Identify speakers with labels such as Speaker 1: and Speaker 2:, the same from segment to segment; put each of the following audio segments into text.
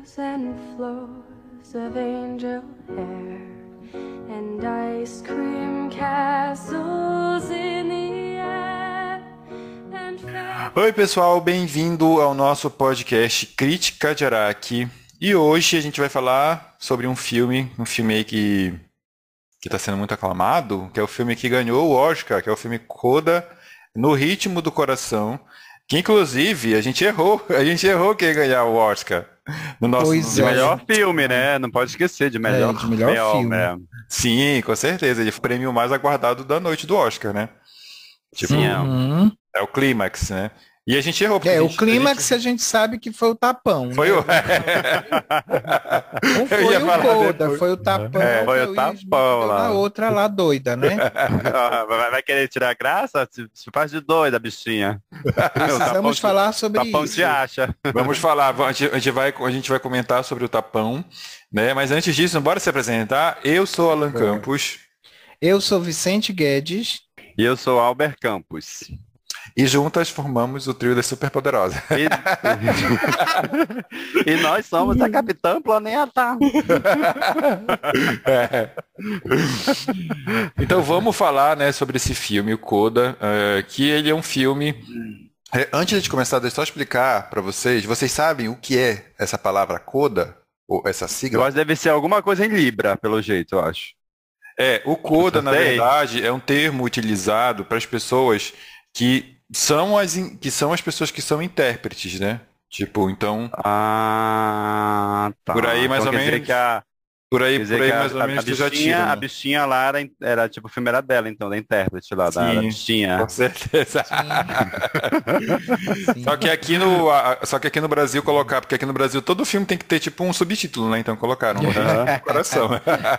Speaker 1: Floors and floors of angel hair and ice cream castles in the air and
Speaker 2: Oi, pessoal, bem-vindo ao nosso podcast Crítica de Araque. E hoje a gente vai falar sobre um filme aí que está sendo muito aclamado, que é o filme que ganhou o Oscar, que é o filme Coda, No Ritmo do Coração, que inclusive a gente errou quem ia ganhar o Oscar no nosso
Speaker 3: Pois
Speaker 2: de
Speaker 3: é.
Speaker 2: melhor.
Speaker 4: Melhor filme, né? Não pode esquecer de melhor,
Speaker 3: de melhor filme.
Speaker 2: Sim, com certeza, ele foi o prêmio mais aguardado da noite do Oscar, né? Tipo,
Speaker 4: Sim,
Speaker 3: Uhum.
Speaker 2: é o clímax, né? E a gente errou. porque
Speaker 3: O clímax a gente sabe que foi o tapão,
Speaker 2: Foi
Speaker 3: né?
Speaker 2: o...
Speaker 3: Não
Speaker 2: Eu
Speaker 3: foi
Speaker 2: ia
Speaker 3: o
Speaker 2: falar
Speaker 3: Coda,
Speaker 2: depois.
Speaker 3: foi o tapão.
Speaker 4: Foi
Speaker 3: que
Speaker 4: o
Speaker 3: Will
Speaker 4: tapão
Speaker 3: Smith deu
Speaker 4: lá.
Speaker 3: na outra lá doida, né?
Speaker 4: Vai querer tirar graça? Se faz de doida, bichinha.
Speaker 3: Precisamos falar sobre
Speaker 4: Tapão
Speaker 3: isso.
Speaker 4: te acha.
Speaker 2: Vamos falar, a gente vai comentar sobre o tapão, né? Mas antes disso, bora se apresentar. Eu sou Alan Campos
Speaker 3: Eu sou Vicente Guedes.
Speaker 4: E eu sou Albert Campos.
Speaker 2: e juntas formamos o trio das Superpoderosas.
Speaker 4: E nós somos a Capitã Planeta.
Speaker 2: É. Então vamos falar, né, sobre esse filme, o Coda, que ele é um filme. Antes de começar, deixa eu só explicar para vocês. Vocês sabem o que é essa palavra Coda? Ou essa
Speaker 4: Eu
Speaker 2: sigla?
Speaker 4: acho que deve ser alguma coisa em Libra, pelo jeito, eu acho.
Speaker 2: O Coda, na
Speaker 4: Sei.
Speaker 2: verdade, é um termo utilizado para as pessoas que são as pessoas que são intérpretes, né? Tipo, então,
Speaker 4: Ah, tá.
Speaker 2: Por aí, mais
Speaker 4: Então
Speaker 2: ou
Speaker 4: quer dizer
Speaker 2: menos.
Speaker 4: que a-
Speaker 2: por aí
Speaker 4: quer dizer que
Speaker 2: mais ou menos tu já tira,
Speaker 4: a
Speaker 2: né?
Speaker 4: bichinha lá era tipo, o filme era dela, então, da intérprete lá, da
Speaker 2: Sim.
Speaker 4: bichinha.
Speaker 2: Com certeza.
Speaker 3: Sim.
Speaker 2: Só que aqui no Brasil porque aqui no Brasil todo filme tem que ter tipo um subtítulo, né? Então colocaram No Ritmo do Coração.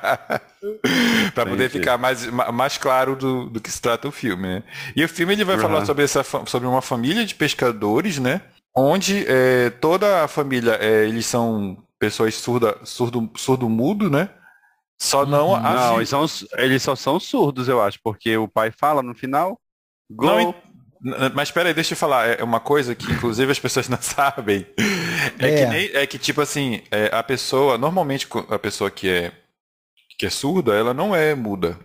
Speaker 2: Para poder
Speaker 4: Entendi.
Speaker 2: ficar mais claro do que se trata o filme, né? E o filme ele vai falar sobre uma família de pescadores, né? Onde toda a família eles são pessoas surdo-mudo, né? Só não a
Speaker 4: Não,
Speaker 2: fi-
Speaker 4: eles só são surdos, eu acho, porque o pai fala no final,
Speaker 2: Não,
Speaker 4: gol.
Speaker 2: mas espera aí, deixa eu falar. É uma coisa que, inclusive, as pessoas não sabem. Que, tipo assim, a pessoa, normalmente, a pessoa que é surda, ela não é muda,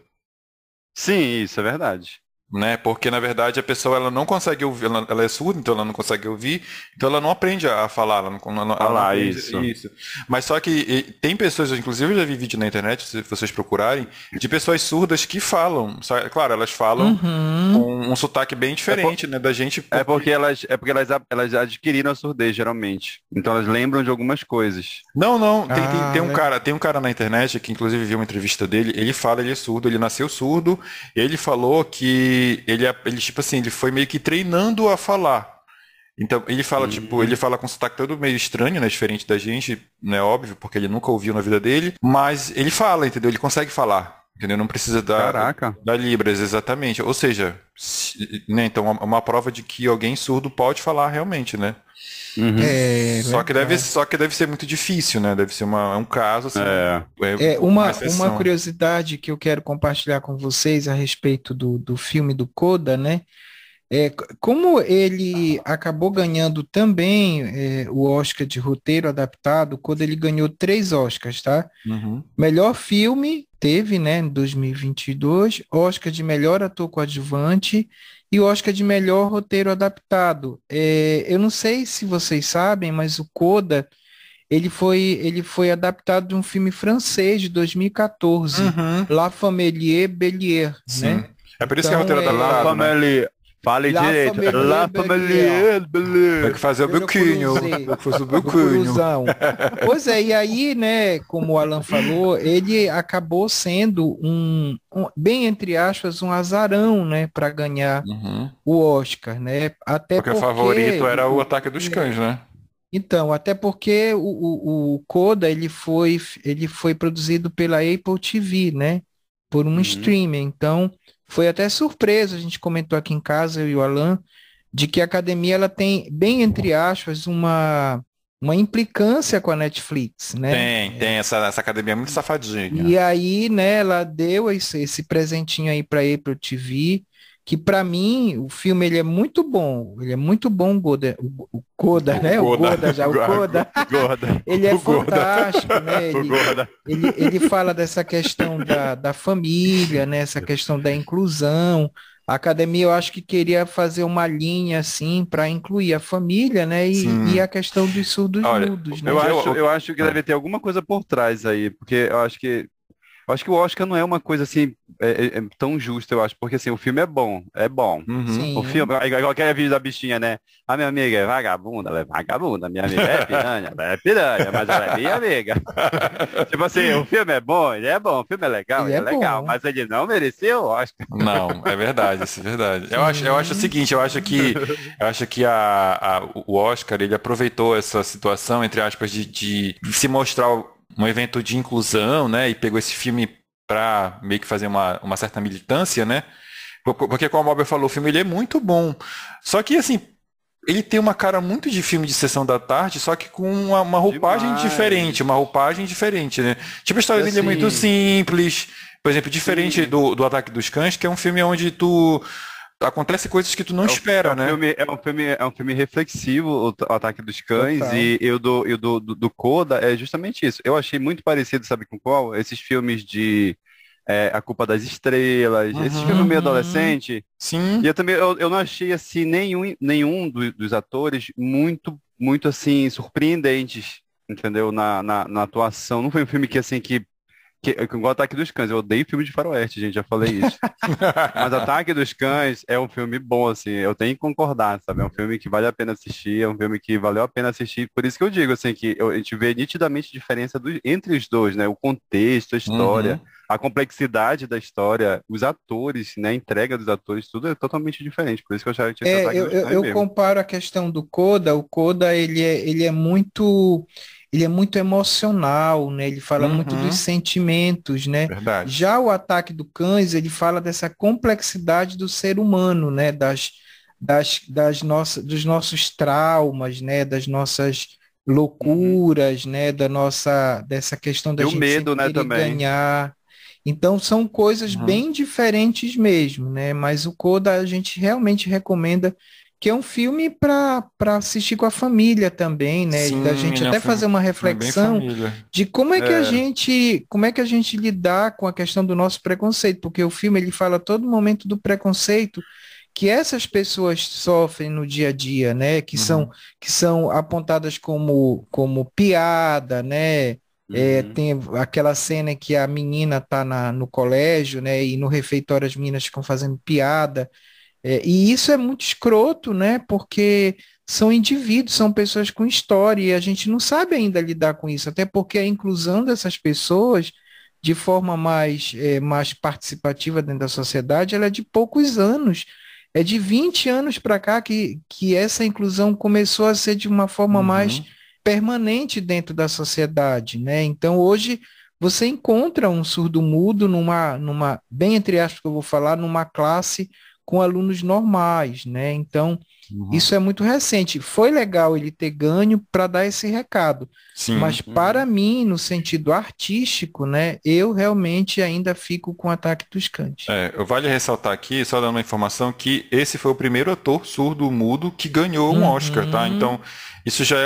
Speaker 4: Sim, isso é verdade.
Speaker 2: né? Porque, na verdade, a pessoa, ela não consegue ouvir, ela é surda, então ela não consegue ouvir, então ela não aprende a falar, ela não
Speaker 4: Falar
Speaker 2: aprende
Speaker 4: isso.
Speaker 2: Mas só que tem pessoas, inclusive eu já vi vídeo na internet, se vocês procurarem, de pessoas surdas que falam. Claro, elas falam
Speaker 3: Uhum.
Speaker 2: com um sotaque bem diferente, né, da gente.
Speaker 4: É porque elas adquiriram a surdez, geralmente. Então elas lembram de algumas coisas.
Speaker 2: Não,
Speaker 3: Ah,
Speaker 2: tem um cara na internet que inclusive viu uma entrevista dele, ele fala, ele é surdo, ele nasceu surdo, e ele falou que ele tipo assim, ele foi meio que treinando a falar. Então, ele fala, tipo, ele fala com um sotaque todo meio estranho, né, diferente da gente, né, óbvio, porque ele nunca ouviu na vida dele, mas ele fala, entendeu? Ele consegue falar, entendeu? Não precisa
Speaker 4: Caraca.
Speaker 2: da Libras, exatamente. Ou seja, né, então é uma prova de que alguém surdo pode falar realmente, né?
Speaker 4: Uhum.
Speaker 2: Só que
Speaker 3: verdade.
Speaker 2: deve ser muito difícil, né? Deve ser um caso, assim,
Speaker 3: Uma
Speaker 2: exceção.
Speaker 3: curiosidade que eu quero compartilhar com vocês a respeito do filme do Coda, né? Como ele acabou ganhando também o Oscar de roteiro adaptado, Coda ele ganhou 3 Oscars, tá?
Speaker 2: Uhum.
Speaker 3: Melhor filme teve, né, em 2022, Oscar de melhor ator coadjuvante e Oscar de melhor roteiro adaptado. Eu não sei se vocês sabem, mas o Coda ele foi adaptado de um filme francês de 2014,
Speaker 2: Uhum.
Speaker 3: La Famille Bélier,
Speaker 2: Sim.
Speaker 3: né?
Speaker 2: É por isso que é
Speaker 3: Então,
Speaker 2: roteiro
Speaker 4: La
Speaker 2: adaptado, né?
Speaker 4: Família. Fale
Speaker 3: La
Speaker 4: direito.
Speaker 3: Família
Speaker 4: La
Speaker 3: Bélier.
Speaker 4: Família.
Speaker 2: Tem que fazer o
Speaker 3: Pelo
Speaker 2: biquinho.
Speaker 3: Cruzê.
Speaker 2: Tem que fazer o
Speaker 3: Do
Speaker 2: biquinho.
Speaker 3: Cruzão. Pois é, e aí, né, como o Alan falou, ele acabou sendo bem entre aspas, um azarão, né, para ganhar
Speaker 2: Uhum.
Speaker 3: o Oscar, né? Até
Speaker 2: Porque o favorito era o Ataque dos Cães, né?
Speaker 3: Então, até porque o Coda ele foi produzido pela Apple TV, né? Por um streaming. Então, foi até surpresa, a gente comentou aqui em casa, eu e o Alan, de que a academia ela tem, bem entre aspas, uma implicância com a Netflix, né?
Speaker 2: Tem essa academia muito safadinha.
Speaker 3: E aí, né, ela deu esse presentinho aí para a Apple TV, que para mim o filme ele é muito bom, o Goda, o Coda, né? O Goda já, o Coda.
Speaker 4: Gorda.
Speaker 3: Ele é
Speaker 2: O Goda.
Speaker 3: fantástico, né?
Speaker 4: O Gorda.
Speaker 3: Ele fala dessa questão da família, né? Essa questão da inclusão. A academia, eu acho que queria fazer uma linha assim para incluir a família, né?
Speaker 2: Sim.
Speaker 3: E a questão dos surdos
Speaker 2: Olha,
Speaker 3: mudos, né?
Speaker 4: Eu acho que deve ter alguma coisa por trás aí, porque eu acho que o Oscar não é uma coisa assim tão justa, eu acho, porque assim, o filme é bom, é bom.
Speaker 2: Uhum.
Speaker 4: O
Speaker 3: Sim.
Speaker 4: filme, igual aquele vídeo da bichinha, né? A minha amiga é vagabunda, ela é vagabunda, minha amiga é piranha, mas ela é minha amiga. Tipo assim, o filme é bom, ele é bom, o filme é legal,
Speaker 3: Ele
Speaker 4: ele
Speaker 3: é
Speaker 4: é legal,
Speaker 3: bom.
Speaker 4: mas ele não merecia o Oscar.
Speaker 2: Não, é verdade, isso é verdade.
Speaker 3: Sim.
Speaker 2: Eu acho o seguinte, eu acho que o Oscar, ele aproveitou essa situação, entre aspas, de se mostrar um evento de inclusão, né? E pegou esse filme para meio que fazer uma certa militância, né? Porque, como a Mobile falou, o filme ele é muito bom. Só que, assim, ele tem uma cara muito de filme de sessão da tarde, só que com uma roupagem
Speaker 4: Demais.
Speaker 2: diferente, né? Tipo, a história dele é muito
Speaker 4: Assim,
Speaker 2: simples, por exemplo, diferente
Speaker 4: sim.
Speaker 2: do Ataque dos Cães, que é um filme onde acontece coisas que tu não espera, né?
Speaker 4: É um filme reflexivo, o Ataque dos Cães,
Speaker 3: Total.
Speaker 4: e o do Coda é justamente isso. Eu achei muito parecido, sabe com qual? Esses filmes de A Culpa das Estrelas, esses
Speaker 2: Uhum.
Speaker 4: filmes meio
Speaker 3: Uhum.
Speaker 4: adolescente.
Speaker 2: Sim.
Speaker 4: E eu não achei assim nenhum dos atores muito assim surpreendentes, entendeu? Na atuação. Não foi um filme que assim igual Ataque dos Cães. Eu odeio filme de faroeste, gente, já falei isso. Mas Ataque dos Cães é um filme bom, assim, eu tenho que concordar, sabe? É um filme que vale a pena assistir, é um filme que valeu a pena assistir. Por isso que eu digo, assim, que a gente vê nitidamente a diferença entre os dois, né? O contexto, a história,
Speaker 2: Uhum.
Speaker 4: a complexidade da história, os atores, né? A entrega dos atores, tudo é totalmente diferente. Por isso que eu achava que tinha esse Ataque dos Cães
Speaker 3: Eu
Speaker 4: mesmo.
Speaker 3: comparo a questão do Coda, o Coda ele é muito emocional, né? Ele fala muito dos
Speaker 2: Uhum.
Speaker 3: sentimentos, né?
Speaker 2: Verdade.
Speaker 3: Já o Ataque do Cães, ele fala dessa complexidade do ser humano, né? Dos nossos traumas, né? Das nossas
Speaker 4: Uhum.
Speaker 3: loucuras, né? Dessa questão da
Speaker 4: E o
Speaker 3: gente sempre
Speaker 4: medo, né,
Speaker 3: querer
Speaker 4: também.
Speaker 3: ganhar. Então são coisas
Speaker 2: Uhum.
Speaker 3: bem diferentes mesmo, né? Mas o Coda a gente realmente recomenda, que é um filme para assistir com a família também, né? Da
Speaker 2: Sim,
Speaker 3: gente
Speaker 2: ele é um
Speaker 3: até fazer uma
Speaker 2: filme bem
Speaker 3: reflexão
Speaker 2: família.
Speaker 3: de
Speaker 4: É.
Speaker 3: como é que a gente lidar com a questão do nosso preconceito, porque o filme ele fala a todo momento do preconceito que essas pessoas sofrem no dia a dia, né?
Speaker 2: Uhum.
Speaker 3: Que são apontadas como piada, né?
Speaker 4: Uhum.
Speaker 3: Tem aquela cena que a menina tá no colégio, né? E no refeitório as meninas ficam fazendo piada. E isso é muito escroto, né? Porque são indivíduos, são pessoas com história, e a gente não sabe ainda lidar com isso, até porque a inclusão dessas pessoas de forma mais participativa dentro da sociedade, ela é de poucos anos. É de 20 anos para cá que essa inclusão começou a ser de uma forma mais
Speaker 2: Uhum.
Speaker 3: permanente dentro da sociedade, né? Então hoje você encontra um surdo-mudo bem entre aspas que eu vou falar, numa classe com alunos normais, né? Então,
Speaker 2: Uhum.
Speaker 3: isso é muito recente. Foi legal ele ter ganho para dar esse recado,
Speaker 2: Sim.
Speaker 3: mas para
Speaker 4: Uhum.
Speaker 3: mim, no sentido artístico, né, eu realmente ainda fico com o Ataque dos Cães.
Speaker 2: Vale ressaltar aqui, só dando uma informação, que esse foi o primeiro ator surdo-mudo que ganhou um Oscar, tá?
Speaker 3: Uhum,
Speaker 2: Então, isso já é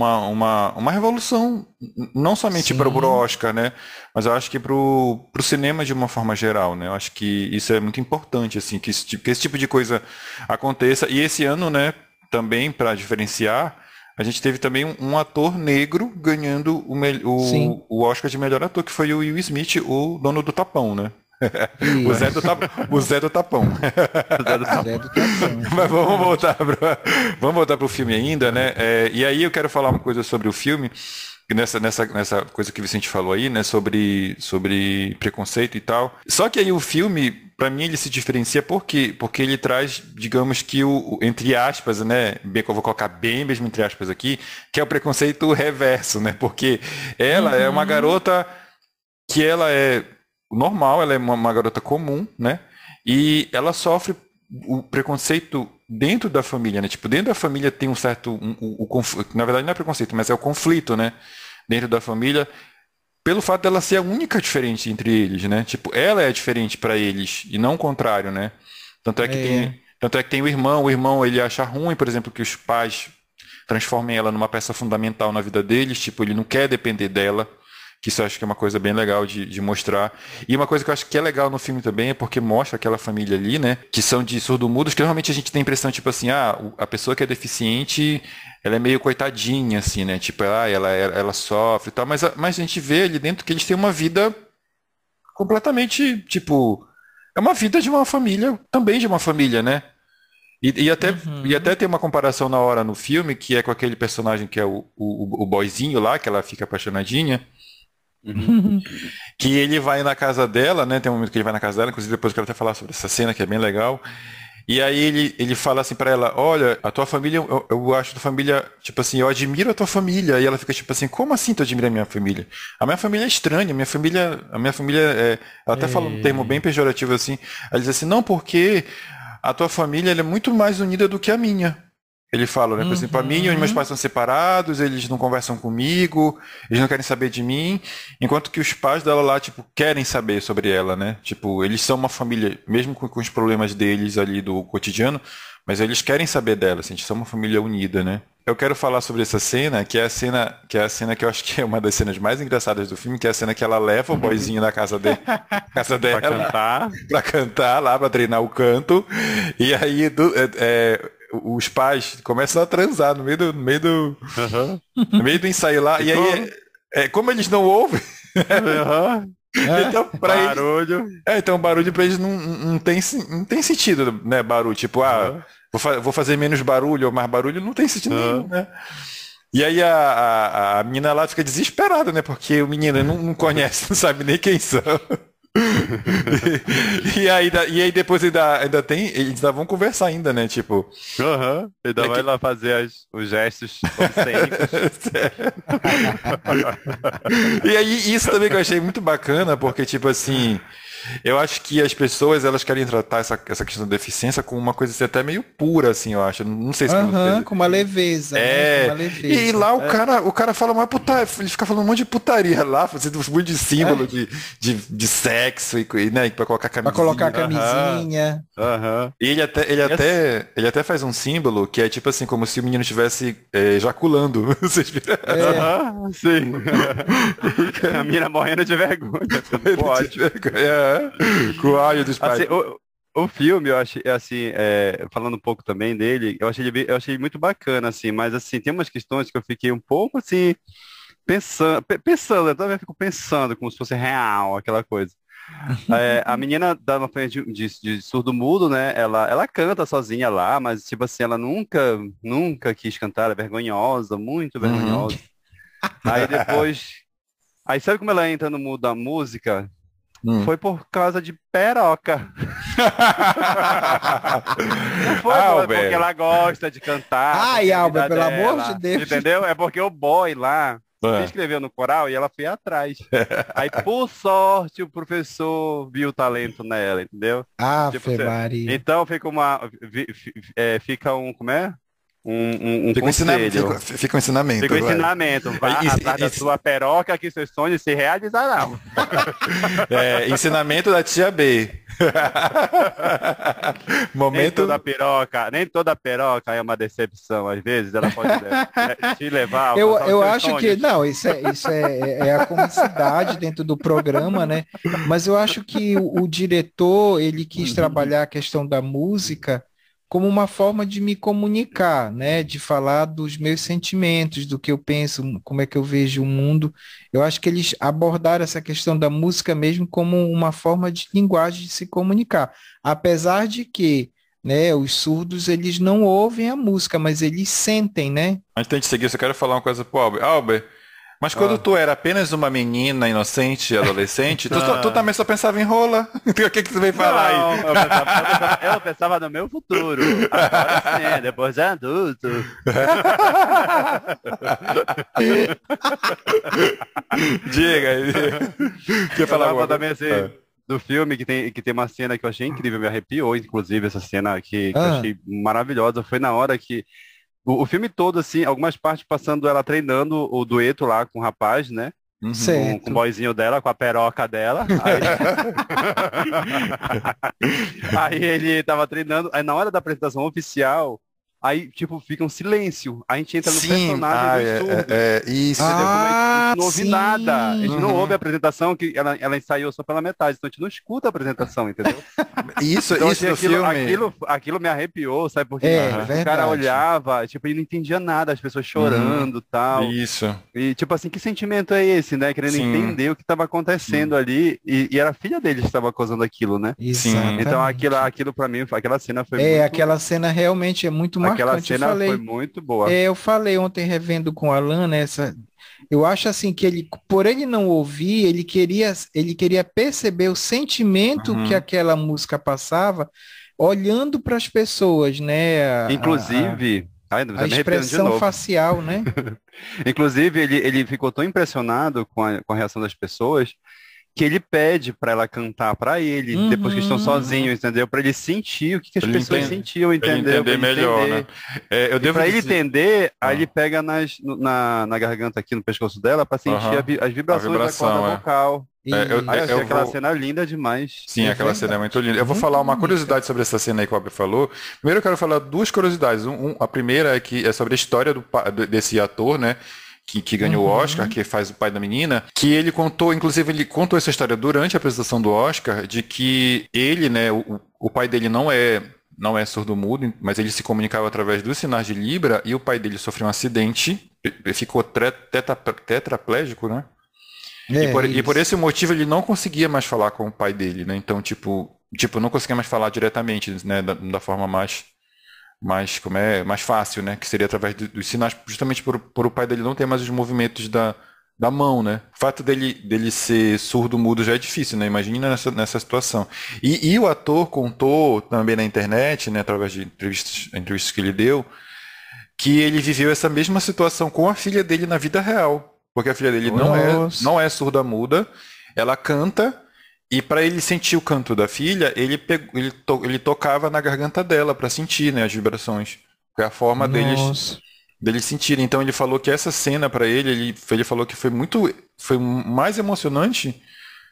Speaker 2: uma revolução, não somente para o
Speaker 3: sim,
Speaker 2: Oscar, né? Mas eu acho que para o cinema de uma forma geral, né? Eu acho que isso é muito importante, assim, que esse tipo de coisa aconteça. E esse ano, né, também, para diferenciar, a gente teve também um ator negro ganhando
Speaker 3: sim,
Speaker 2: o Oscar de melhor ator, que foi o Will Smith, o dono do Tapão, né?
Speaker 3: isso.
Speaker 2: O Zé do Tapão.
Speaker 4: Zé do
Speaker 3: Zé do Tapão,
Speaker 2: Mas
Speaker 3: exatamente.
Speaker 2: vamos voltar pro filme ainda, né? E aí eu quero falar uma coisa sobre o filme, que nessa coisa que o Vicente falou aí, né? Sobre preconceito e tal. Só que aí o filme, pra mim, ele se diferencia por quê? Porque ele traz, digamos que entre aspas, né? Bem que eu vou colocar bem mesmo entre aspas aqui, que é o preconceito reverso, né? Porque ela é uma
Speaker 3: Uhum,
Speaker 2: garota que ela é normal, ela é uma garota comum, né? E ela sofre o preconceito dentro da família, né? Tipo, dentro da família tem um certo, na verdade não é preconceito, mas é o conflito, né? Dentro da família, pelo fato dela ser a única diferente entre eles, né? Tipo, ela é diferente para eles e não o contrário, né? Tanto é que tem, tanto é que tem o irmão ele acha ruim, por exemplo, que os pais transformem ela numa peça fundamental na vida deles, tipo, ele não quer depender dela, que isso eu acho que é uma coisa bem legal de mostrar. E uma coisa que eu acho que é legal no filme também é porque mostra aquela família ali, né, que são de surdo-mudos, que normalmente a gente tem a impressão, tipo assim, a pessoa que é deficiente, ela é meio coitadinha, assim, né, tipo, ela sofre e tal, mas a gente vê ali dentro que eles têm uma vida completamente, tipo, é uma vida de uma família, também de uma família, né? E até tem uma comparação na hora no filme, que é com aquele personagem que é o boyzinho lá, que ela fica apaixonadinha, que ele vai na casa dela, né? Tem um momento que ele vai na casa dela, inclusive depois eu quero até falar sobre essa cena, que é bem legal. E aí ele fala assim pra ela, olha, a tua família, eu acho a tua família, tipo assim, eu admiro a tua família. E ela fica tipo assim, como assim tu admira a minha família? A minha família é estranha, a minha família ela até fala um termo bem pejorativo assim. Ela diz assim, não, porque a tua família ela é muito mais unida do que a minha. Ele fala, né? Por exemplo, a minha e os meus pais são separados, eles não conversam comigo, eles não querem saber de mim, enquanto que os pais dela lá, tipo, querem saber sobre ela, né? Tipo, eles são uma família, mesmo com os problemas deles ali do cotidiano, mas eles querem saber dela, assim, a gente são uma família unida, né? Eu quero falar sobre essa cena, que é a cena que eu acho que é uma das cenas mais engraçadas do filme, que é a cena que ela leva o boyzinho na casa dela, pra cantar lá, pra treinar o canto, e aí os pais começam a transar no meio do ensaio lá, e aí, como eles não ouvem, então pra eles,
Speaker 4: Barulho.
Speaker 2: então o barulho pra eles não tem sentido, né, barulho, tipo, vou fazer menos barulho ou mais barulho, não tem sentido nenhum, né? E aí a menina lá fica desesperada, né, porque o menino não conhece, não sabe nem quem são. E aí depois ainda tem, eles ainda vão conversar ainda, né? Tipo.
Speaker 4: Ainda vai lá fazer os gestos obscênicos.
Speaker 2: E aí isso também que eu achei muito bacana, porque tipo assim, eu acho que as pessoas elas querem tratar essa questão da deficiência com uma coisa assim, até meio pura, assim, eu acho. Não sei se
Speaker 3: Com uma leveza, né? Com uma leveza.
Speaker 2: E lá o cara fala uma putaria, ele fica falando um monte de putaria lá, fazendo um monte de símbolo de sexo e, né, pra colocar camisinha.
Speaker 3: Pra colocar camisinha.
Speaker 2: E ele até faz um símbolo que é tipo assim, como se o menino estivesse ejaculando. Vocês viram?
Speaker 4: Sim. A menina morrendo de vergonha. Pode.
Speaker 2: Com o ódio dos pais.
Speaker 4: Assim, o filme, eu achei, assim, falando um pouco também dele, eu achei muito bacana, assim, mas assim, tem umas questões que eu fiquei um pouco assim, pensando, eu também fico pensando como se fosse real, aquela coisa. A menina da na frente de surdo-mudo, né? Ela canta sozinha lá, mas tipo assim, ela nunca quis cantar, ela é vergonhosa, muito vergonhosa. Aí depois. Aí sabe como ela entra no mundo da música? Foi por causa de peroca. Não foi porque ela gosta de cantar.
Speaker 3: Ai, Alba, pelo amor de Deus.
Speaker 4: Entendeu? É porque o boy lá se inscreveu no coral e ela foi atrás. Aí, por sorte, o professor viu o talento nela, entendeu?
Speaker 3: Maria.
Speaker 4: Então fica um, como é? Um conselho.
Speaker 2: Fica um ensinamento.
Speaker 4: Fica um ensinamento. Vá atrás da sua peroca que seus sonhos se realizarão.
Speaker 2: Ensinamento da tia B.
Speaker 4: Momento da peroca. Nem toda peroca é uma decepção. Às vezes ela pode te levar.
Speaker 3: Eu acho que não, isso é a comicidade dentro do programa, né? Mas eu acho que o diretor ele quis trabalhar a questão da música como uma forma de me comunicar, né? De falar dos meus sentimentos, do que eu penso, como é que eu vejo o mundo. Eu acho que eles abordaram essa questão da música mesmo como uma forma de linguagem de se comunicar. Apesar de que, né, os surdos, eles não ouvem a música, mas eles sentem, né?
Speaker 2: Antes de seguir, eu só quero falar uma coisa pro Albert. Albert, mas quando tu era apenas uma menina inocente, adolescente, tu também só pensava em rola. O que você veio falar aí?
Speaker 4: Eu pensava no meu futuro. Agora sim, depois de adulto.
Speaker 2: Diga aí. Quer falar alguma
Speaker 4: também assim, do filme que tem uma cena que eu achei incrível, me arrepiou, inclusive, essa cena que eu achei maravilhosa. Foi na hora que o filme todo, assim, algumas partes passando ela treinando o dueto lá com o rapaz, né?
Speaker 2: Uhum.
Speaker 4: com o
Speaker 3: Certo.
Speaker 4: boyzinho dela, com a peroca dela. Aí ele tava treinando, aí na hora da apresentação oficial, aí, tipo, fica um silêncio. A gente entra no
Speaker 2: Sim,
Speaker 4: personagem dos surdos.
Speaker 2: isso.
Speaker 4: Entendeu? Como a gente não ouve nada. A
Speaker 3: sim.
Speaker 4: gente não
Speaker 2: Uhum.
Speaker 4: ouve a apresentação, que ela ensaiou só pela metade, então a gente não escuta a apresentação, entendeu?
Speaker 2: Isso,
Speaker 4: Então,
Speaker 2: isso
Speaker 4: assim,
Speaker 2: no filme.
Speaker 4: aquilo me arrepiou, sabe? Porque
Speaker 3: É,
Speaker 4: o cara
Speaker 3: verdade.
Speaker 4: olhava, tipo, ele não entendia nada, as pessoas chorando e tal.
Speaker 2: Isso.
Speaker 4: E, tipo assim, que sentimento é esse, né? Querendo
Speaker 2: Sim.
Speaker 4: entender o que estava acontecendo ali. E era a filha dele que estava causando aquilo, né?
Speaker 3: Exatamente.
Speaker 4: Então aquilo para mim, aquela cena foi
Speaker 3: É,
Speaker 4: muito.
Speaker 3: aquela cena realmente é muito
Speaker 4: Aquela
Speaker 3: marcante.
Speaker 4: cena foi muito boa.
Speaker 3: Eu falei ontem revendo com o Alan, né, eu acho assim que ele, por ele não ouvir, ele queria perceber o sentimento que
Speaker 2: Uhum.
Speaker 3: aquela música passava, olhando para as pessoas, né,
Speaker 4: Inclusive, ai,
Speaker 3: a
Speaker 4: tá me arrepiando de
Speaker 3: expressão
Speaker 4: novo.
Speaker 3: facial, né?
Speaker 4: Inclusive, ele ficou tão impressionado com a reação das pessoas que ele pede para ela cantar para ele, depois que estão
Speaker 3: Uhum.
Speaker 4: sozinhos, entendeu? Para ele sentir o que as
Speaker 2: Pra ele
Speaker 4: pessoas
Speaker 2: entender-
Speaker 4: sentiam,
Speaker 2: Pra ele
Speaker 4: entendeu?
Speaker 2: entender
Speaker 4: Pra ele
Speaker 2: melhor,
Speaker 4: entender.
Speaker 2: né? Eu
Speaker 4: E
Speaker 2: devo
Speaker 4: para ele
Speaker 2: dizer...
Speaker 4: entender,
Speaker 2: Ah.
Speaker 4: aí ele pega na garganta aqui, no pescoço dela, para sentir
Speaker 2: Aham.
Speaker 4: as vibrações da
Speaker 2: vibração,
Speaker 4: corda
Speaker 2: é.
Speaker 4: vocal. Aí eu achei
Speaker 2: eu
Speaker 4: aquela
Speaker 2: vou-
Speaker 4: cena linda demais.
Speaker 2: Sim,
Speaker 3: É
Speaker 2: aquela cena é
Speaker 3: verdade.
Speaker 2: muito linda. Eu vou
Speaker 3: Muito
Speaker 2: falar uma
Speaker 3: bonita.
Speaker 2: curiosidade sobre essa cena aí que o Albert falou. Primeiro eu quero falar duas curiosidades. A primeira é que é sobre a história desse ator, né? Que ganhou o
Speaker 3: Uhum.
Speaker 2: Oscar, que faz o pai da menina, que ele contou, inclusive ele contou essa história durante a apresentação do Oscar, de que ele, né, o pai dele não é surdo-mudo, mas ele se comunicava através dos sinais de Libra, e o pai dele sofreu um acidente, ficou tetraplégico, né? E por esse motivo ele não conseguia mais falar com o pai dele, né? Então, tipo, não conseguia mais falar diretamente, né? Da forma mais fácil, né? Que seria através dos sinais, justamente por o pai dele não ter mais os movimentos da mão, né? O fato dele ser surdo-mudo já é difícil, né? Imagina nessa situação. E o ator contou também na internet, né? Através de entrevistas que ele deu, que ele viveu essa mesma situação com a filha dele na vida real. Porque a filha dele
Speaker 3: Nossa.
Speaker 2: não é surda-muda, ela canta, e para ele sentir o canto da filha, ele tocava na garganta dela para sentir, né, as vibrações. Foi a forma deles sentirem. Então ele falou que essa cena para ele falou que foi mais emocionante,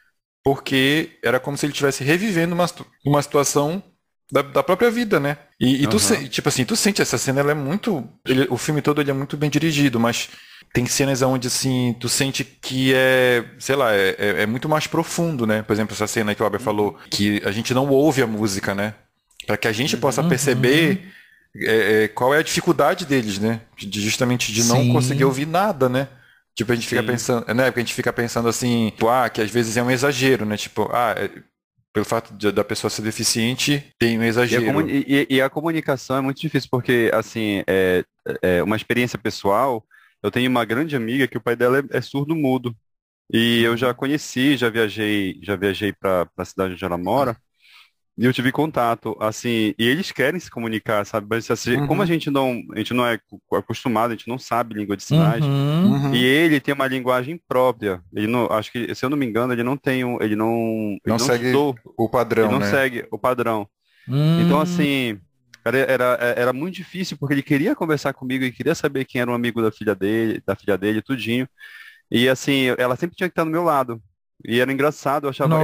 Speaker 2: porque era como se ele estivesse revivendo uma situação da própria vida, né? E tu, tipo assim, tu sente essa cena, ela é muito... o filme todo ele é muito bem dirigido, mas tem cenas onde, assim, tu sente que sei lá, é muito mais profundo, né? Por exemplo, essa cena que o Albert falou, que a gente não ouve a música, né? Para que a gente possa perceber qual é a dificuldade deles, né? Justamente de não
Speaker 3: Sim.
Speaker 2: conseguir ouvir nada, né? Tipo, a gente fica pensando, né? Porque a gente fica pensando assim, tipo, que às vezes é um exagero, né? Tipo, pelo fato da pessoa ser deficiente, tem um exagero.
Speaker 4: E a comunicação é muito difícil, porque, assim, uma experiência pessoal, eu tenho uma grande amiga que o pai dela é surdo-mudo. E eu já conheci, já viajei para a cidade onde ela mora, e eu tive contato, assim, e eles querem se comunicar, sabe? Mas, assim, como a gente não é acostumado, a gente não sabe língua de sinais,
Speaker 3: Uhum.
Speaker 4: e ele tem uma linguagem própria. Ele não, acho que, se eu não me engano, ele não
Speaker 2: segue
Speaker 4: estudou,
Speaker 2: o padrão,
Speaker 4: ele não
Speaker 2: né?
Speaker 4: segue o padrão. Então, assim, era muito difícil, porque ele queria conversar comigo e queria saber quem era um amigo da filha dele, tudinho. E, assim, ela sempre tinha que estar do meu lado. E era engraçado,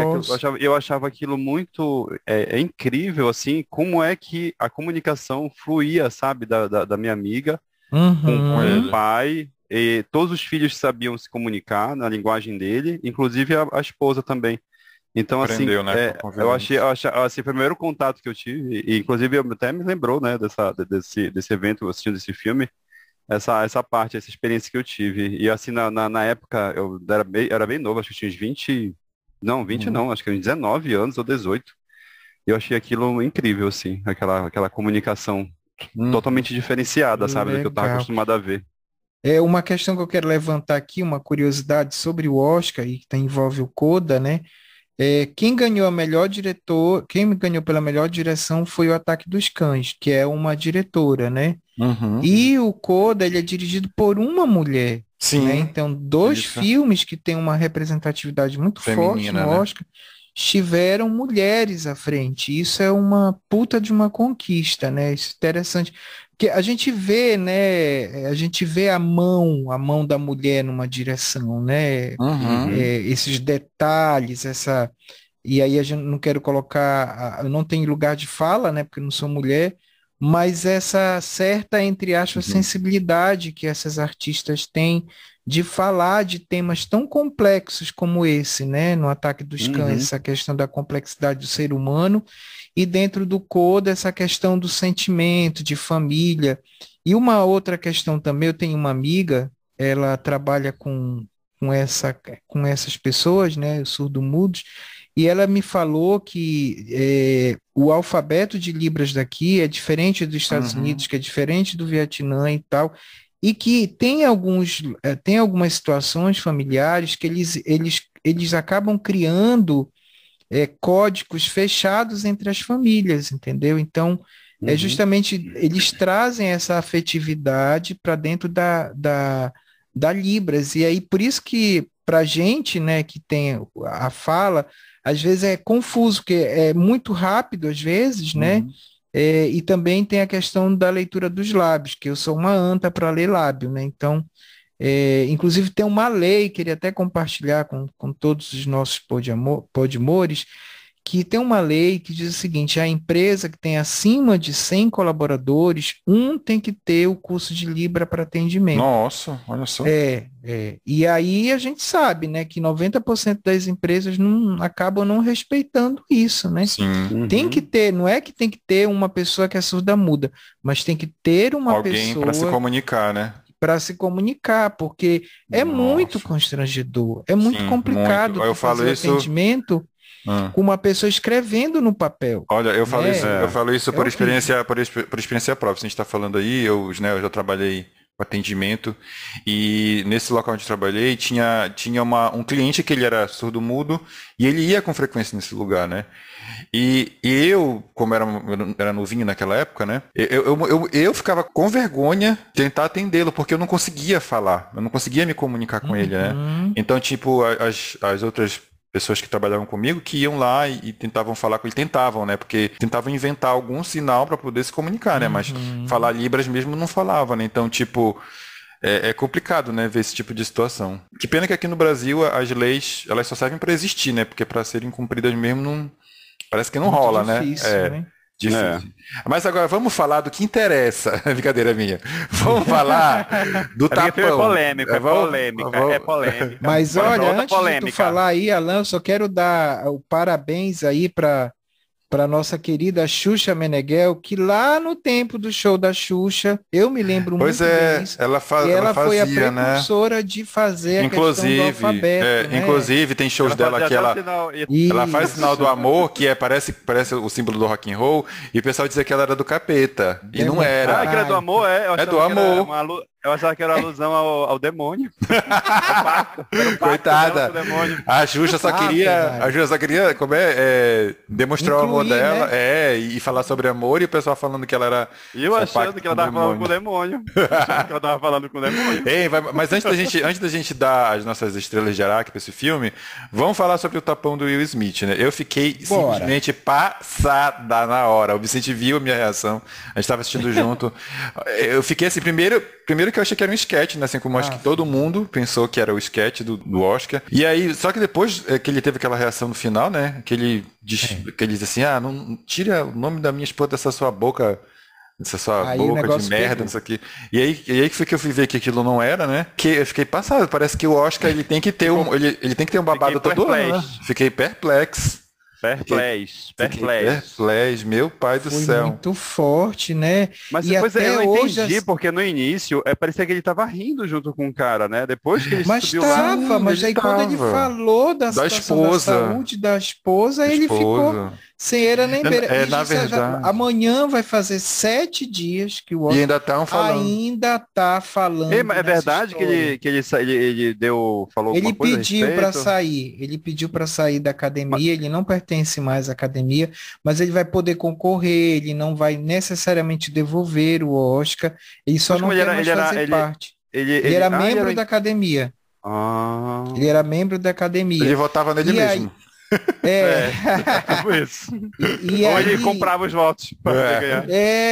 Speaker 4: eu achava aquilo muito incrível, assim, como é que a comunicação fluía, sabe, da minha amiga com
Speaker 3: Uhum.
Speaker 4: o pai. E todos os filhos sabiam se comunicar na linguagem dele, inclusive a esposa também. Então, assim,
Speaker 2: Aprendeu, né?
Speaker 4: eu achei, assim, foi o primeiro contato que eu tive, e inclusive até me lembrou, né, desse evento, assistindo esse filme, essa parte, essa experiência que eu tive. E assim, na época, eu era bem novo, acho que eu tinha uns 20, não, 20 não, acho que uns 19 anos ou 18. E eu achei aquilo incrível, assim, aquela comunicação totalmente diferenciada, sabe, do que eu estava
Speaker 3: Legal.
Speaker 4: acostumado a ver.
Speaker 3: Uma questão que eu quero levantar aqui, uma curiosidade sobre o Oscar, e que envolve o Coda, né? Quem ganhou pela melhor direção foi o Ataque dos Cães, que é uma diretora, né?
Speaker 2: Uhum.
Speaker 3: E o Coda, ele é dirigido por uma mulher,
Speaker 2: Sim.
Speaker 3: né? Então, dois
Speaker 2: Isso.
Speaker 3: filmes que têm uma representatividade muito forte
Speaker 2: Feminina,
Speaker 3: no
Speaker 2: né?
Speaker 3: Oscar, tiveram mulheres à frente. Isso é uma puta de uma conquista, né? Isso é interessante. que a gente vê, né? A gente vê a mão da mulher numa direção, né?
Speaker 2: Uhum.
Speaker 3: Esses detalhes, essa. E aí a gente não quero colocar, eu não tenho lugar de fala, né? Porque eu não sou mulher, mas essa certa, entre aspas,
Speaker 2: Uhum.
Speaker 3: sensibilidade que essas artistas têm de falar de temas tão complexos como esse, né? No Ataque dos Cães,
Speaker 4: Uhum.
Speaker 3: essa questão da complexidade do ser humano, e dentro do Coda, essa questão do sentimento, de família. E uma outra questão também, eu tenho uma amiga, ela trabalha com essas pessoas, né? Os surdo-mudos, e ela me falou que o alfabeto de Libras daqui é diferente dos Estados
Speaker 2: Uhum.
Speaker 3: Unidos, que é diferente do Vietnã e tal, e que tem algumas situações familiares que eles acabam criando códigos fechados entre as famílias, entendeu? Então, é
Speaker 4: Uhum.
Speaker 3: justamente eles trazem essa afetividade para dentro da Libras, e aí por isso que para a gente, né, que tem a fala, às vezes é confuso, porque é muito rápido às vezes, né?
Speaker 2: Uhum.
Speaker 3: E também tem a questão da leitura dos lábios, que eu sou uma anta para ler lábio, né? Então, inclusive tem uma lei, queria até compartilhar com todos os nossos podmores, que tem uma lei que diz o seguinte: a empresa que tem acima de 100 colaboradores, um tem que ter o curso de Libra para atendimento.
Speaker 2: Nossa, olha só.
Speaker 3: E aí a gente sabe, né, que 90% das empresas não acabam não respeitando isso, né?
Speaker 2: Sim.
Speaker 3: Tem que
Speaker 4: Uhum.
Speaker 3: ter, não é que tem que ter uma pessoa que é surda-muda, mas tem que ter uma
Speaker 2: Alguém para se
Speaker 3: pessoa
Speaker 2: comunicar, né?
Speaker 3: para se comunicar, porque é muito
Speaker 2: Nossa.
Speaker 3: constrangedor, é muito
Speaker 2: Sim, muito.
Speaker 3: complicado
Speaker 2: Aí eu
Speaker 3: tu
Speaker 2: falo
Speaker 3: fazer o
Speaker 2: isso.
Speaker 3: atendimento
Speaker 2: Ah.
Speaker 3: com uma pessoa escrevendo no papel,
Speaker 2: Olha,
Speaker 3: né?
Speaker 2: eu
Speaker 4: É.
Speaker 2: falo isso
Speaker 3: É
Speaker 2: por
Speaker 3: horrível.
Speaker 2: experiência, por experiência própria. Se a gente está falando aí, eu já trabalhei com atendimento e nesse local onde eu trabalhei tinha um cliente que ele era surdo-mudo e ele ia com frequência nesse lugar, né? E eu, como era novinho naquela época, né? Eu ficava com vergonha de tentar atendê-lo porque eu não conseguia falar, eu não conseguia me comunicar com ele, né?
Speaker 3: Uhum,
Speaker 2: Então, tipo, as outras pessoas que trabalhavam comigo que iam lá e tentavam falar com ele, tentavam, né? Porque tentavam inventar algum sinal para poder se comunicar, né? Mas falar
Speaker 3: uhum.
Speaker 2: Libras mesmo não falava, né? Então, tipo, é complicado, né, ver esse tipo de situação. Que pena que aqui no Brasil as leis, elas só servem para existir, né? Porque para serem cumpridas mesmo não parece que não
Speaker 3: Muito
Speaker 2: rola, né?
Speaker 3: difícil,
Speaker 2: É
Speaker 3: né?
Speaker 4: É.
Speaker 2: difícil. Mas agora vamos falar do que interessa. Brincadeira minha. Vamos falar do
Speaker 4: É porque filme é
Speaker 2: tapão.
Speaker 4: polêmico,
Speaker 2: É,
Speaker 4: é polêmica, é
Speaker 2: vamos-
Speaker 4: polêmica.
Speaker 3: Mas
Speaker 4: Bora pra
Speaker 3: olha,
Speaker 4: outra
Speaker 3: antes de tu
Speaker 4: polêmica.
Speaker 3: falar aí, Alan, eu só quero dar o parabéns aí para nossa querida Xuxa Meneghel, que lá no tempo do show da Xuxa, eu me lembro
Speaker 2: Pois
Speaker 3: muito bem
Speaker 2: é,
Speaker 3: isso,
Speaker 2: ela
Speaker 3: ela foi a
Speaker 2: fazia, né?
Speaker 3: precursora de fazer a questão do alfabeto, né?
Speaker 2: Inclusive tem shows
Speaker 4: Ela
Speaker 2: dela
Speaker 4: fazia
Speaker 2: que
Speaker 4: até o
Speaker 2: ela
Speaker 4: sinal.
Speaker 2: ela faz o sinal do
Speaker 3: Isso,
Speaker 2: amor, que parece o símbolo do rock and roll, e o pessoal dizia que ela era do capeta, e não
Speaker 4: Ah,
Speaker 2: era.
Speaker 4: que era do
Speaker 3: Ai,
Speaker 4: amor, é?
Speaker 2: É do amor.
Speaker 4: Eu achava que era alusão ao demônio. Era o pacto dela com
Speaker 2: Coitada.
Speaker 4: o demônio.
Speaker 3: Ave
Speaker 2: A
Speaker 3: Maria.
Speaker 2: Xuxa só queria demonstrar o amor
Speaker 3: Incluir,
Speaker 2: dela,
Speaker 3: né?
Speaker 2: e falar sobre amor, e o pessoal falando que ela era
Speaker 4: E eu
Speaker 2: um
Speaker 4: achando
Speaker 2: pacto
Speaker 4: que
Speaker 2: com
Speaker 4: ela
Speaker 2: o
Speaker 4: tava falando com o
Speaker 2: demônio.
Speaker 4: demônio. Achando que ela tava falando com o demônio.
Speaker 2: Ei, mas antes da gente dar as nossas estrelas de Araque para esse filme, vamos falar sobre o tapão do Will Smith, né? Eu fiquei
Speaker 3: Bora.
Speaker 2: simplesmente passada na hora. O Vicente viu a minha reação, a gente estava assistindo junto. Eu fiquei assim, primeiro que eu achei que era um sketch, né? Assim como acho que
Speaker 3: Ave
Speaker 2: todo
Speaker 3: Maria.
Speaker 2: mundo pensou que era o sketch do Oscar. E aí, só que depois que ele teve aquela reação no final, né? Que ele diz assim, não tira o nome da minha esposa dessa sua boca. Essa sua
Speaker 3: Aí o
Speaker 2: boca de
Speaker 3: negócio
Speaker 2: merda, não
Speaker 3: pegou.
Speaker 2: sei o quê. E aí que foi que eu fui ver que aquilo não era, né? Que eu fiquei passado. Parece que o Oscar ele tem que ter
Speaker 4: Ficou,
Speaker 2: ele tem que ter um
Speaker 4: fiquei
Speaker 2: babado todo ano, né?
Speaker 4: perplexo.
Speaker 2: Fiquei perplexo. Fiquei,
Speaker 4: Perplexo,
Speaker 2: fiquei
Speaker 4: perplexo.
Speaker 2: perplexo, meu pai do
Speaker 3: Foi
Speaker 2: céu.
Speaker 3: muito forte, né?
Speaker 4: Mas
Speaker 3: E
Speaker 4: depois eu
Speaker 3: até
Speaker 4: não
Speaker 3: hoje,
Speaker 4: entendi, porque no início parecia que ele tava rindo junto com o cara, né? Depois que ele
Speaker 3: mas
Speaker 4: subiu lá.
Speaker 3: estava,
Speaker 2: Sim,
Speaker 3: mas
Speaker 2: ele
Speaker 3: aí quando ele
Speaker 2: tava.
Speaker 3: falou da
Speaker 2: Da
Speaker 3: situação da
Speaker 2: esposa.
Speaker 3: saúde da esposa, ele ficou
Speaker 2: Esposa.
Speaker 3: sem era nem beira. E
Speaker 2: Na verdade.
Speaker 3: amanhã vai fazer 7 dias que o
Speaker 2: E
Speaker 3: Oscar
Speaker 2: ainda estavam falando.
Speaker 3: ainda tá
Speaker 4: Ei,
Speaker 3: falando
Speaker 4: mas é
Speaker 3: nessa
Speaker 4: verdade que
Speaker 3: história.
Speaker 4: ele falou
Speaker 3: Ele
Speaker 4: alguma coisa a
Speaker 3: pediu para
Speaker 4: respeito?
Speaker 3: sair, ele pediu para sair da
Speaker 4: Ma-
Speaker 3: academia, ele não pertence mais à academia, mas ele vai poder concorrer, ele não vai necessariamente devolver o Oscar, ele só
Speaker 4: Mas como
Speaker 3: não
Speaker 4: ele
Speaker 3: quer
Speaker 4: era,
Speaker 3: mais
Speaker 4: ele era,
Speaker 3: fazer parte. Ele era
Speaker 4: ele
Speaker 3: membro
Speaker 4: era,
Speaker 3: da academia,
Speaker 4: ah,
Speaker 3: ele era membro da
Speaker 2: Ele
Speaker 3: academia.
Speaker 2: votava nele
Speaker 3: E aí,
Speaker 2: mesmo.
Speaker 3: É.
Speaker 4: Tipo isso.
Speaker 3: E
Speaker 4: Ou ele
Speaker 3: aí,
Speaker 4: comprava os votos para poder ganhar.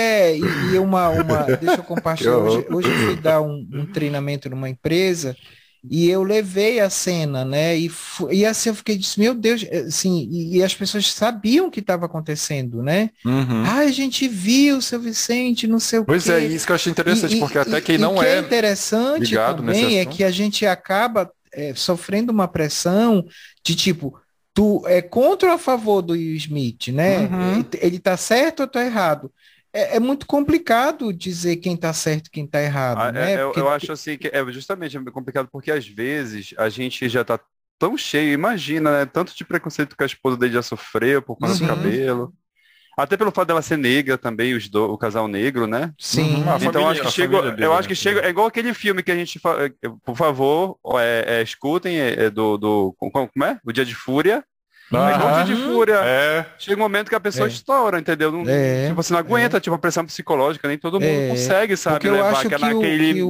Speaker 3: deixa eu compartilhar. Hoje eu fui dar um treinamento numa empresa e eu levei a cena, né? E assim eu fiquei, disse, meu Deus, assim, e as pessoas sabiam o que estava acontecendo, né?
Speaker 2: Uhum.
Speaker 3: Ah, a gente viu o seu Vicente, não sei o
Speaker 2: Pois
Speaker 3: quê.
Speaker 2: é, isso que eu achei interessante, porque até quem não
Speaker 3: o que é
Speaker 2: é
Speaker 3: interessante
Speaker 2: ligado nesse
Speaker 3: também é
Speaker 2: assunto.
Speaker 3: que a gente acaba sofrendo uma pressão de tipo, tu é contra ou a favor do Will Smith, né?
Speaker 2: Uhum.
Speaker 3: Ele tá certo ou tá errado? É muito complicado dizer quem tá certo e quem tá errado, né?
Speaker 4: Eu acho assim que é justamente complicado porque às vezes a gente já tá tão cheio, imagina, né? Tanto de preconceito que a esposa dele já sofreu por conta do
Speaker 3: Sim,
Speaker 4: cabelo. Até pelo fato dela ser negra também, o casal negro, né?
Speaker 3: sim.
Speaker 2: A
Speaker 4: Então
Speaker 2: família-
Speaker 4: acho que
Speaker 2: a
Speaker 4: chega,
Speaker 2: família dele,
Speaker 4: eu acho que
Speaker 2: né?
Speaker 4: chega, é igual aquele filme que a gente, por favor, escutem, como é? O Dia de Fúria. É igual o Dia de
Speaker 2: Aham.
Speaker 4: Fúria.
Speaker 2: É,
Speaker 4: Chega um momento que a pessoa
Speaker 3: É,
Speaker 4: estoura, entendeu?
Speaker 3: é,
Speaker 4: Tipo, você não aguenta, tipo, a pressão psicológica, nem todo mundo consegue,
Speaker 3: porque
Speaker 4: sabe,
Speaker 3: eu
Speaker 4: levar
Speaker 3: acho
Speaker 4: que é
Speaker 3: que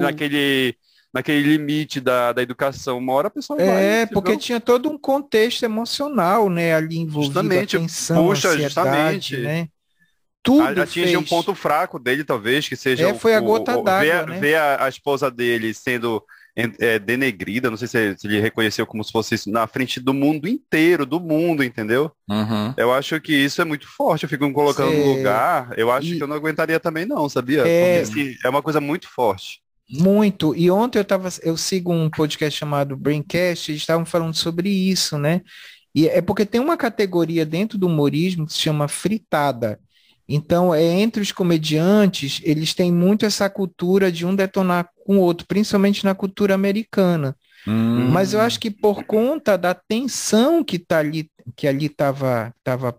Speaker 4: naquele limite da educação. Uma hora a pessoa vai,
Speaker 3: porque
Speaker 4: entendeu?
Speaker 3: tinha todo um contexto emocional, né, ali envolvido, a
Speaker 4: Justamente,
Speaker 3: tensão, a
Speaker 4: puxa,
Speaker 3: ansiedade,
Speaker 4: justamente.
Speaker 3: né? Tudo
Speaker 4: Atingir um
Speaker 3: fez.
Speaker 4: ponto fraco dele, talvez, que seja
Speaker 3: Foi a gota d'água, né?
Speaker 4: ver a esposa dele sendo denegrida, não sei se ele reconheceu como se fosse isso, na frente do mundo inteiro, do mundo, entendeu?
Speaker 2: uhum.
Speaker 4: Eu acho que isso é muito forte, eu fico me colocando no
Speaker 3: É,
Speaker 4: lugar, eu acho que eu
Speaker 3: e
Speaker 4: não aguentaria também não, sabia? Porque
Speaker 3: é
Speaker 4: assim, é uma coisa muito forte.
Speaker 3: muito. E ontem eu sigo um podcast chamado Braincast, eles estavam falando sobre isso, né? E é porque tem uma categoria dentro do humorismo que se chama fritada. Então, entre os comediantes, eles têm muito essa cultura de um detonar com o outro, principalmente na cultura americana. Mas eu acho
Speaker 4: Hum,
Speaker 3: que por conta da tensão que ali estava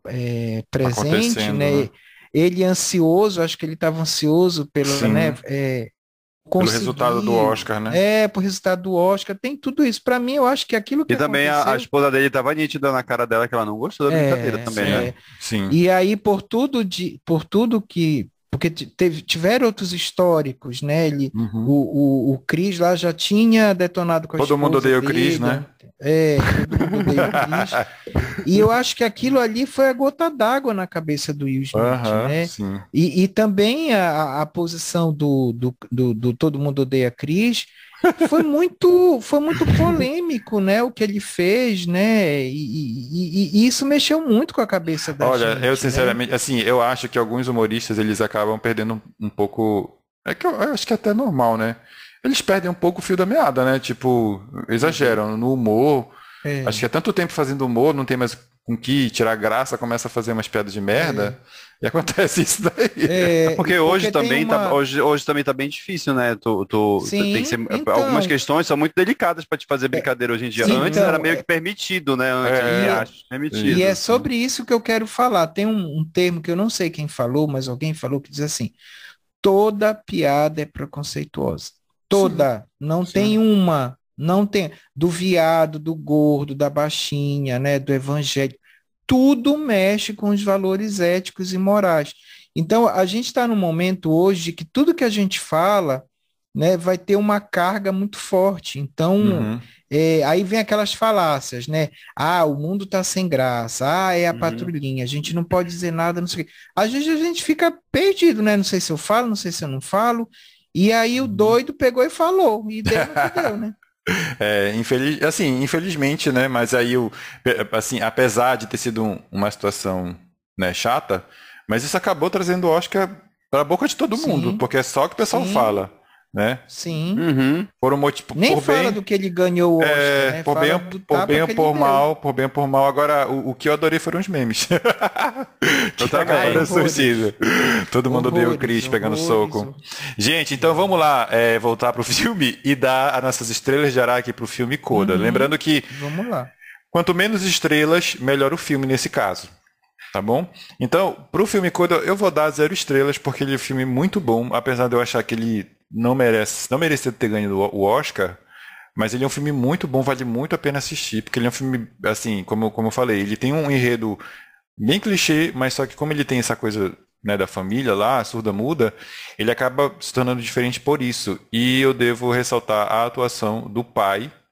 Speaker 3: presente,
Speaker 2: Acontecendo, né?
Speaker 3: né? Ele ansioso, acho que ele estava ansioso pela, né,
Speaker 2: Sim, pelo resultado do
Speaker 3: conseguir,
Speaker 2: Oscar, né?
Speaker 3: por resultado do Oscar, tem tudo isso. Para mim, eu acho que aquilo que
Speaker 4: E também a
Speaker 3: aconteceu,
Speaker 4: esposa dele tava nítida na cara dela que ela não gostou da brincadeira
Speaker 3: é,
Speaker 4: também, né?
Speaker 3: é,
Speaker 2: Sim, sim.
Speaker 3: e aí por tudo que, porque tiveram outros históricos, né?
Speaker 2: Uhum.
Speaker 3: O Chris lá já tinha detonado com a
Speaker 2: Todo mundo
Speaker 3: esposa
Speaker 2: odeia o Chris,
Speaker 3: dele,
Speaker 2: né?
Speaker 3: todo mundo odeia o Chris. E eu acho que aquilo ali foi a gota d'água na cabeça do Will Smith,
Speaker 2: Aham,
Speaker 3: né?
Speaker 2: sim.
Speaker 3: E também a posição do Todo Mundo Odeia Chris foi muito polêmico, né? O que ele fez, né? E isso mexeu muito com a cabeça da
Speaker 2: Olha, eu
Speaker 3: gente, né?
Speaker 2: sinceramente, assim, eu acho que alguns humoristas eles acabam perdendo um pouco. É que eu acho que é até normal, né? Eles perdem um pouco o fio da meada, né? Tipo,
Speaker 3: Uhum.
Speaker 2: exageram no humor. Acho
Speaker 3: É,
Speaker 2: que é tanto tempo fazendo humor, não tem mais com que tirar graça, começa a fazer umas piadas de
Speaker 3: é,
Speaker 2: merda e acontece isso daí.
Speaker 4: É porque hoje
Speaker 3: porque tem
Speaker 4: também tá,
Speaker 3: uma.
Speaker 4: hoje também tá bem difícil, né? Tem que ser,
Speaker 3: Sim,
Speaker 4: algumas
Speaker 3: então,
Speaker 4: questões são muito delicadas para te fazer brincadeira hoje em dia. Antes era
Speaker 3: então,
Speaker 4: meio que permitido, né? Antes, entre
Speaker 3: e,
Speaker 2: É,
Speaker 4: aspas,
Speaker 3: e é
Speaker 4: permitido.
Speaker 3: sobre isso que eu quero falar. Tem um termo que eu não sei quem falou, mas alguém falou que diz assim: toda piada é preconceituosa.
Speaker 2: sim,
Speaker 3: Toda. Não tem
Speaker 2: sim.
Speaker 3: uma. Não tem. Do viado, do gordo, da baixinha, né? Do evangélico. Tudo mexe com os valores éticos e morais. Então, a gente está num momento hoje de que tudo que a gente fala, né, vai ter uma carga muito forte. Então,
Speaker 2: Uhum.
Speaker 3: aí vem aquelas falácias, né? Ah, o mundo está sem graça. Ah, é a
Speaker 4: Uhum.
Speaker 3: patrulhinha. A gente não pode dizer nada, não sei o quê. Às vezes a gente fica perdido, né? Não sei se eu falo, não sei se eu não falo. E aí o doido pegou e falou, e deu no que deu, né?
Speaker 2: Infelizmente, né? Mas aí, assim, apesar de ter sido uma situação, né, chata, mas isso acabou trazendo o Oscar para a boca de todo mundo,
Speaker 3: Sim,
Speaker 2: porque é só o que o pessoal
Speaker 3: sim,
Speaker 2: fala, né?
Speaker 3: sim.
Speaker 4: Uhum.
Speaker 2: Por um motivo,
Speaker 3: Nem fala do que ele ganhou o Oscar, né?
Speaker 2: por bem,
Speaker 3: Fala
Speaker 2: ou-
Speaker 3: do
Speaker 2: por bem
Speaker 3: tapa
Speaker 2: ou
Speaker 3: que ele
Speaker 2: por
Speaker 3: deu.
Speaker 2: mal, por bem ou por mal. Agora, o que eu adorei foram os memes
Speaker 4: Eu
Speaker 2: que
Speaker 4: também.
Speaker 2: acabaram
Speaker 3: Horrores,
Speaker 2: surgindo. Todo mundo odeia o
Speaker 3: horrores,
Speaker 2: Chris pegando
Speaker 3: horrores.
Speaker 2: soco. Gente, então vamos lá, voltar pro filme e dar as nossas estrelas de Araque pro filme Coda.
Speaker 3: Uhum,
Speaker 2: Lembrando que
Speaker 3: vamos lá.
Speaker 2: quanto menos estrelas, melhor o filme nesse caso. Tá bom? Então, pro filme Coda, eu vou dar 0 estrelas, porque ele é um filme muito bom, apesar de eu achar que ele não merecia ter ganho o Oscar, mas ele é um filme muito bom, vale muito a pena assistir, porque ele é um filme, assim, como eu falei, ele tem um enredo bem clichê, mas só que como ele tem essa coisa, né, da família lá, surda-muda, ele acaba se tornando diferente por isso. E eu devo ressaltar a atuação do pai,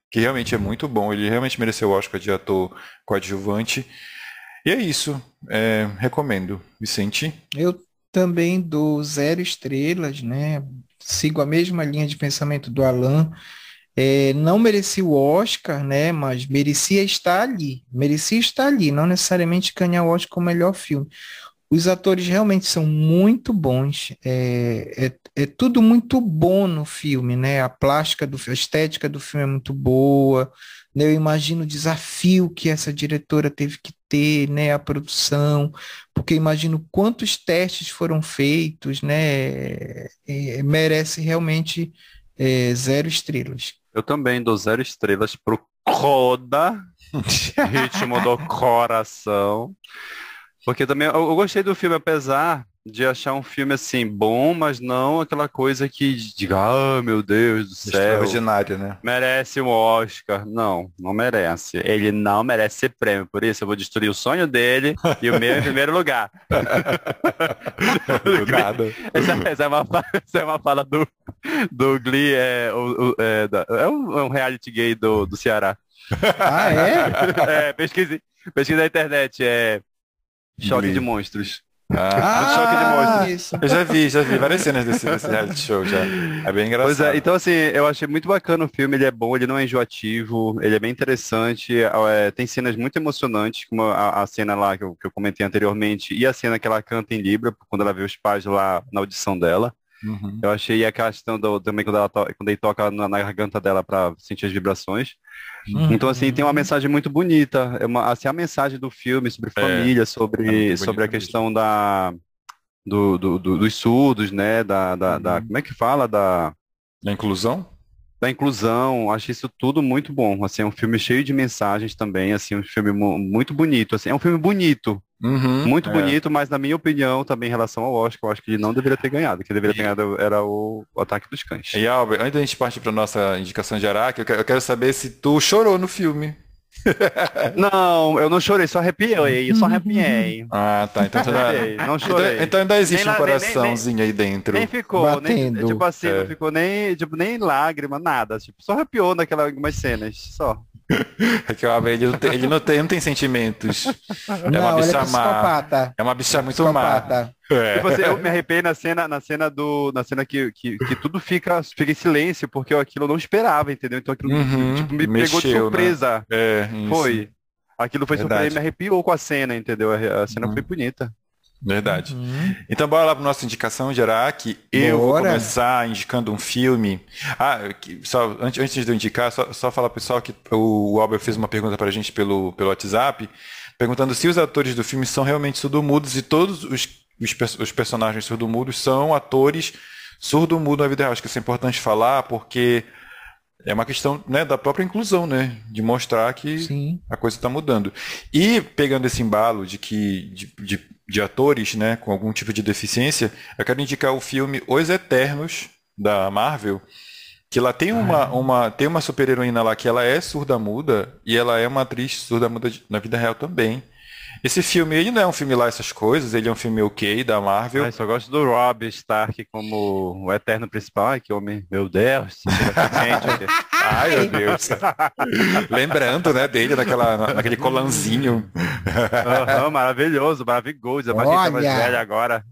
Speaker 2: que realmente é muito bom. Ele realmente mereceu o Oscar de ator coadjuvante. E é isso. Recomendo. Vicente?
Speaker 3: Eu também dou 0 estrelas, né? Sigo a mesma linha de pensamento do Alan. Não merecia o Oscar, né? Mas merecia estar ali. Merecia estar ali, não necessariamente ganhar o Oscar como melhor filme. Os atores realmente são muito bons. É tudo muito bom no filme, né? A plástica a estética do filme é muito boa, né? Eu imagino o desafio que essa diretora teve que ter, né? A produção, porque imagino quantos testes foram feitos, né? Merece realmente 0 estrelas.
Speaker 4: Eu também dou 0 estrelas pro Coda, Ritmo do Coração. Porque também eu gostei do filme, apesar de achar um filme assim bom, mas não aquela coisa que diga, ah, meu Deus do céu,
Speaker 2: Extraordinário, né?
Speaker 4: merece um Oscar. Não, não merece. Ele não merece ser prêmio, por isso eu vou destruir o sonho dele e o meu em primeiro lugar.
Speaker 2: Do nada.
Speaker 4: Essa é uma fala do Glee, é um reality gay do Ceará.
Speaker 3: Ah, é?
Speaker 4: Pesquisa na internet, Choque
Speaker 2: Glee.
Speaker 4: de Monstros.
Speaker 2: Ah,
Speaker 4: Choque de monstros.
Speaker 3: Isso.
Speaker 2: eu já vi várias cenas desse reality show já. É bem
Speaker 4: Pois
Speaker 2: engraçado.
Speaker 4: então assim, eu achei muito bacana o filme, ele é bom, ele não é enjoativo, ele é bem interessante, tem cenas muito emocionantes, como a cena lá que eu comentei anteriormente, e a cena que ela canta em Libra, quando ela vê os pais lá na audição dela.
Speaker 2: Uhum.
Speaker 4: Eu achei a questão também quando ele toca na garganta dela para sentir as vibrações. Então, assim, tem uma mensagem muito bonita. Assim, a mensagem do filme sobre família,
Speaker 2: muito
Speaker 4: sobre
Speaker 2: bonito
Speaker 4: a questão dos surdos, né? Como é que fala?
Speaker 2: Da inclusão?
Speaker 4: Da inclusão. Acho isso tudo muito bom. Assim, é um filme cheio de mensagens também. Assim, um filme muito bonito. Assim, é um filme bonito.
Speaker 2: Uhum,
Speaker 4: Muito bonito, mas na minha opinião, também em relação ao Oscar, eu acho que ele não deveria ter ganhado. Quem deveria ter ganhado era o Ataque dos Cães.
Speaker 2: E Albert, antes da gente partir para nossa indicação de Araque, eu quero saber se tu chorou no filme.
Speaker 4: Não, eu não chorei, só arrepiei, eu só arrepiei.
Speaker 2: Ah, tá. Então,
Speaker 4: Não chorei.
Speaker 2: então ainda existe
Speaker 4: Nem
Speaker 2: um
Speaker 4: lá- nem-
Speaker 2: coraçãozinho aí dentro.
Speaker 4: Nem ficou,
Speaker 3: Batendo.
Speaker 4: tipo assim,
Speaker 2: É.
Speaker 4: não ficou nem lágrima, nada. Tipo, só arrepiou naquelas algumas cenas, só.
Speaker 2: É que o Albert, ele não tem sentimentos. É uma
Speaker 3: Não, ele é
Speaker 2: bicha má.
Speaker 3: psicopata.
Speaker 2: É uma bicha muito má.
Speaker 3: Psicopata.
Speaker 4: Tipo assim, eu me arrepiei na cena que tudo fica em silêncio, porque aquilo eu não esperava, entendeu? Então aquilo tipo, me pegou de
Speaker 2: Mexeu,
Speaker 4: surpresa.
Speaker 2: né? Isso.
Speaker 4: Foi. Aquilo foi
Speaker 2: Verdade.
Speaker 4: surpresa, me arrepiou com a cena, entendeu? A cena foi bonita.
Speaker 2: Verdade.
Speaker 3: Uhum.
Speaker 2: Então bora lá para nossa indicação de Araque. Eu vou
Speaker 3: Bora.
Speaker 2: começar indicando um filme. Só antes de eu indicar, só falar pro pessoal que o Albert fez uma pergunta pra gente pelo WhatsApp, perguntando se os atores do filme são realmente surdo-mudos e todos os personagens surdo-mudos são atores surdo-mudos na vida real. Acho que isso é importante falar porque é uma questão, né, da própria inclusão, né? De mostrar que
Speaker 3: Sim.
Speaker 2: a coisa está mudando. E pegando esse embalo de atores, né, com algum tipo de deficiência, eu quero indicar o filme Os Eternos, da Marvel, que lá tem tem uma super-heroína lá que ela é surda-muda e ela é uma atriz surda-muda na vida real também. Esse filme, ele não é um filme lá essas coisas, ele é um filme ok da Marvel.
Speaker 4: Eu só gosto do Rob Stark como o eterno principal. Ai, que homem, meu Deus.
Speaker 2: Ai, meu Deus. Lembrando, né, dele naquele colanzinho.
Speaker 4: Maravilhoso, maravilhoso. A gente tá mais
Speaker 3: Olha.
Speaker 4: velha agora.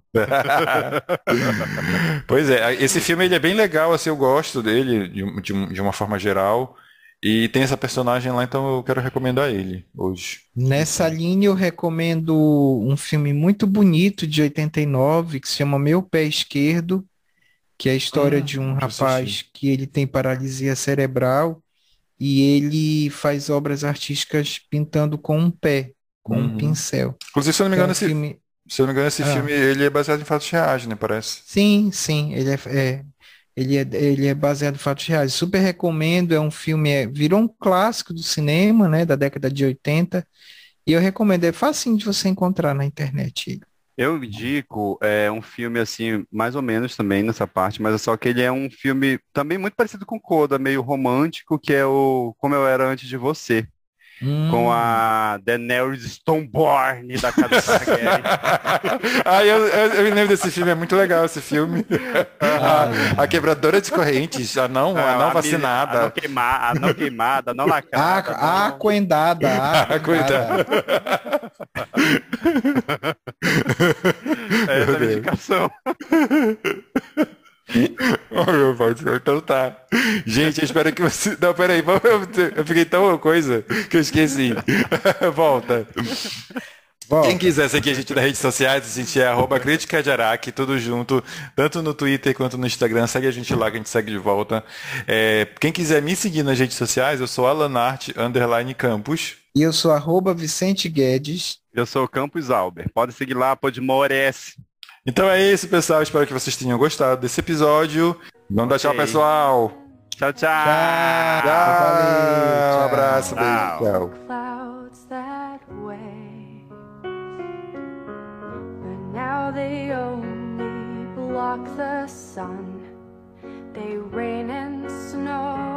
Speaker 2: Pois é, esse filme ele é bem legal, assim, eu gosto dele de uma forma geral. E tem essa personagem lá, então eu quero recomendar ele hoje.
Speaker 3: Nessa linha eu recomendo um filme muito bonito de 89 que se chama Meu Pé Esquerdo, que é a história de um
Speaker 2: já
Speaker 3: rapaz
Speaker 2: assisti.
Speaker 3: que ele tem paralisia cerebral e ele faz obras artísticas pintando com um pé, com um pincel.
Speaker 2: Inclusive, se eu não me
Speaker 3: Então,
Speaker 2: engano,
Speaker 3: um filme...
Speaker 2: esse filme ele é baseado em fatos reais, né, parece?
Speaker 3: Sim, sim, ele é baseado em fatos reais. Super recomendo, é um filme, virou um clássico do cinema, né, da década de 80, e eu recomendo, é facinho de você encontrar na internet ele.
Speaker 4: Eu indico um filme assim, mais ou menos também nessa parte, mas é só que ele é um filme também muito parecido com Coda, meio romântico, que é o Como Eu Era Antes de Você. com a Daenerys Stormborn da Casa Targaryen.
Speaker 2: Eu me lembro desse filme, é muito legal esse filme. A quebradora de correntes, a não vacinada.
Speaker 4: A não queimada, a não lacrada.
Speaker 3: A aquendada.
Speaker 4: Essa é a medicação.
Speaker 2: Oh, meu pai, então tá. Gente, eu espero que você. Não, peraí, eu fiquei tão coisa que eu esqueci. Volta. Quem quiser seguir a gente nas redes sociais, a gente é @Crítica de Araque, tudo junto, tanto no Twitter quanto no Instagram. Segue a gente lá que a gente segue de volta. Quem quiser me seguir nas redes sociais, eu sou Alanarte_Campos.
Speaker 3: E eu sou @Vicente Guedes.
Speaker 4: Eu sou o Campos Alber. Pode seguir lá, Podmores.
Speaker 2: Então é isso, pessoal. Espero que vocês tenham gostado desse episódio. Vamos dar tchau, pessoal.
Speaker 4: Tchau, tchau.
Speaker 3: Valeu,
Speaker 2: Um abraço,
Speaker 4: tchau.
Speaker 2: beijo. Tchau.
Speaker 1: Clouds that way, but now they only block the sun. They rain and snow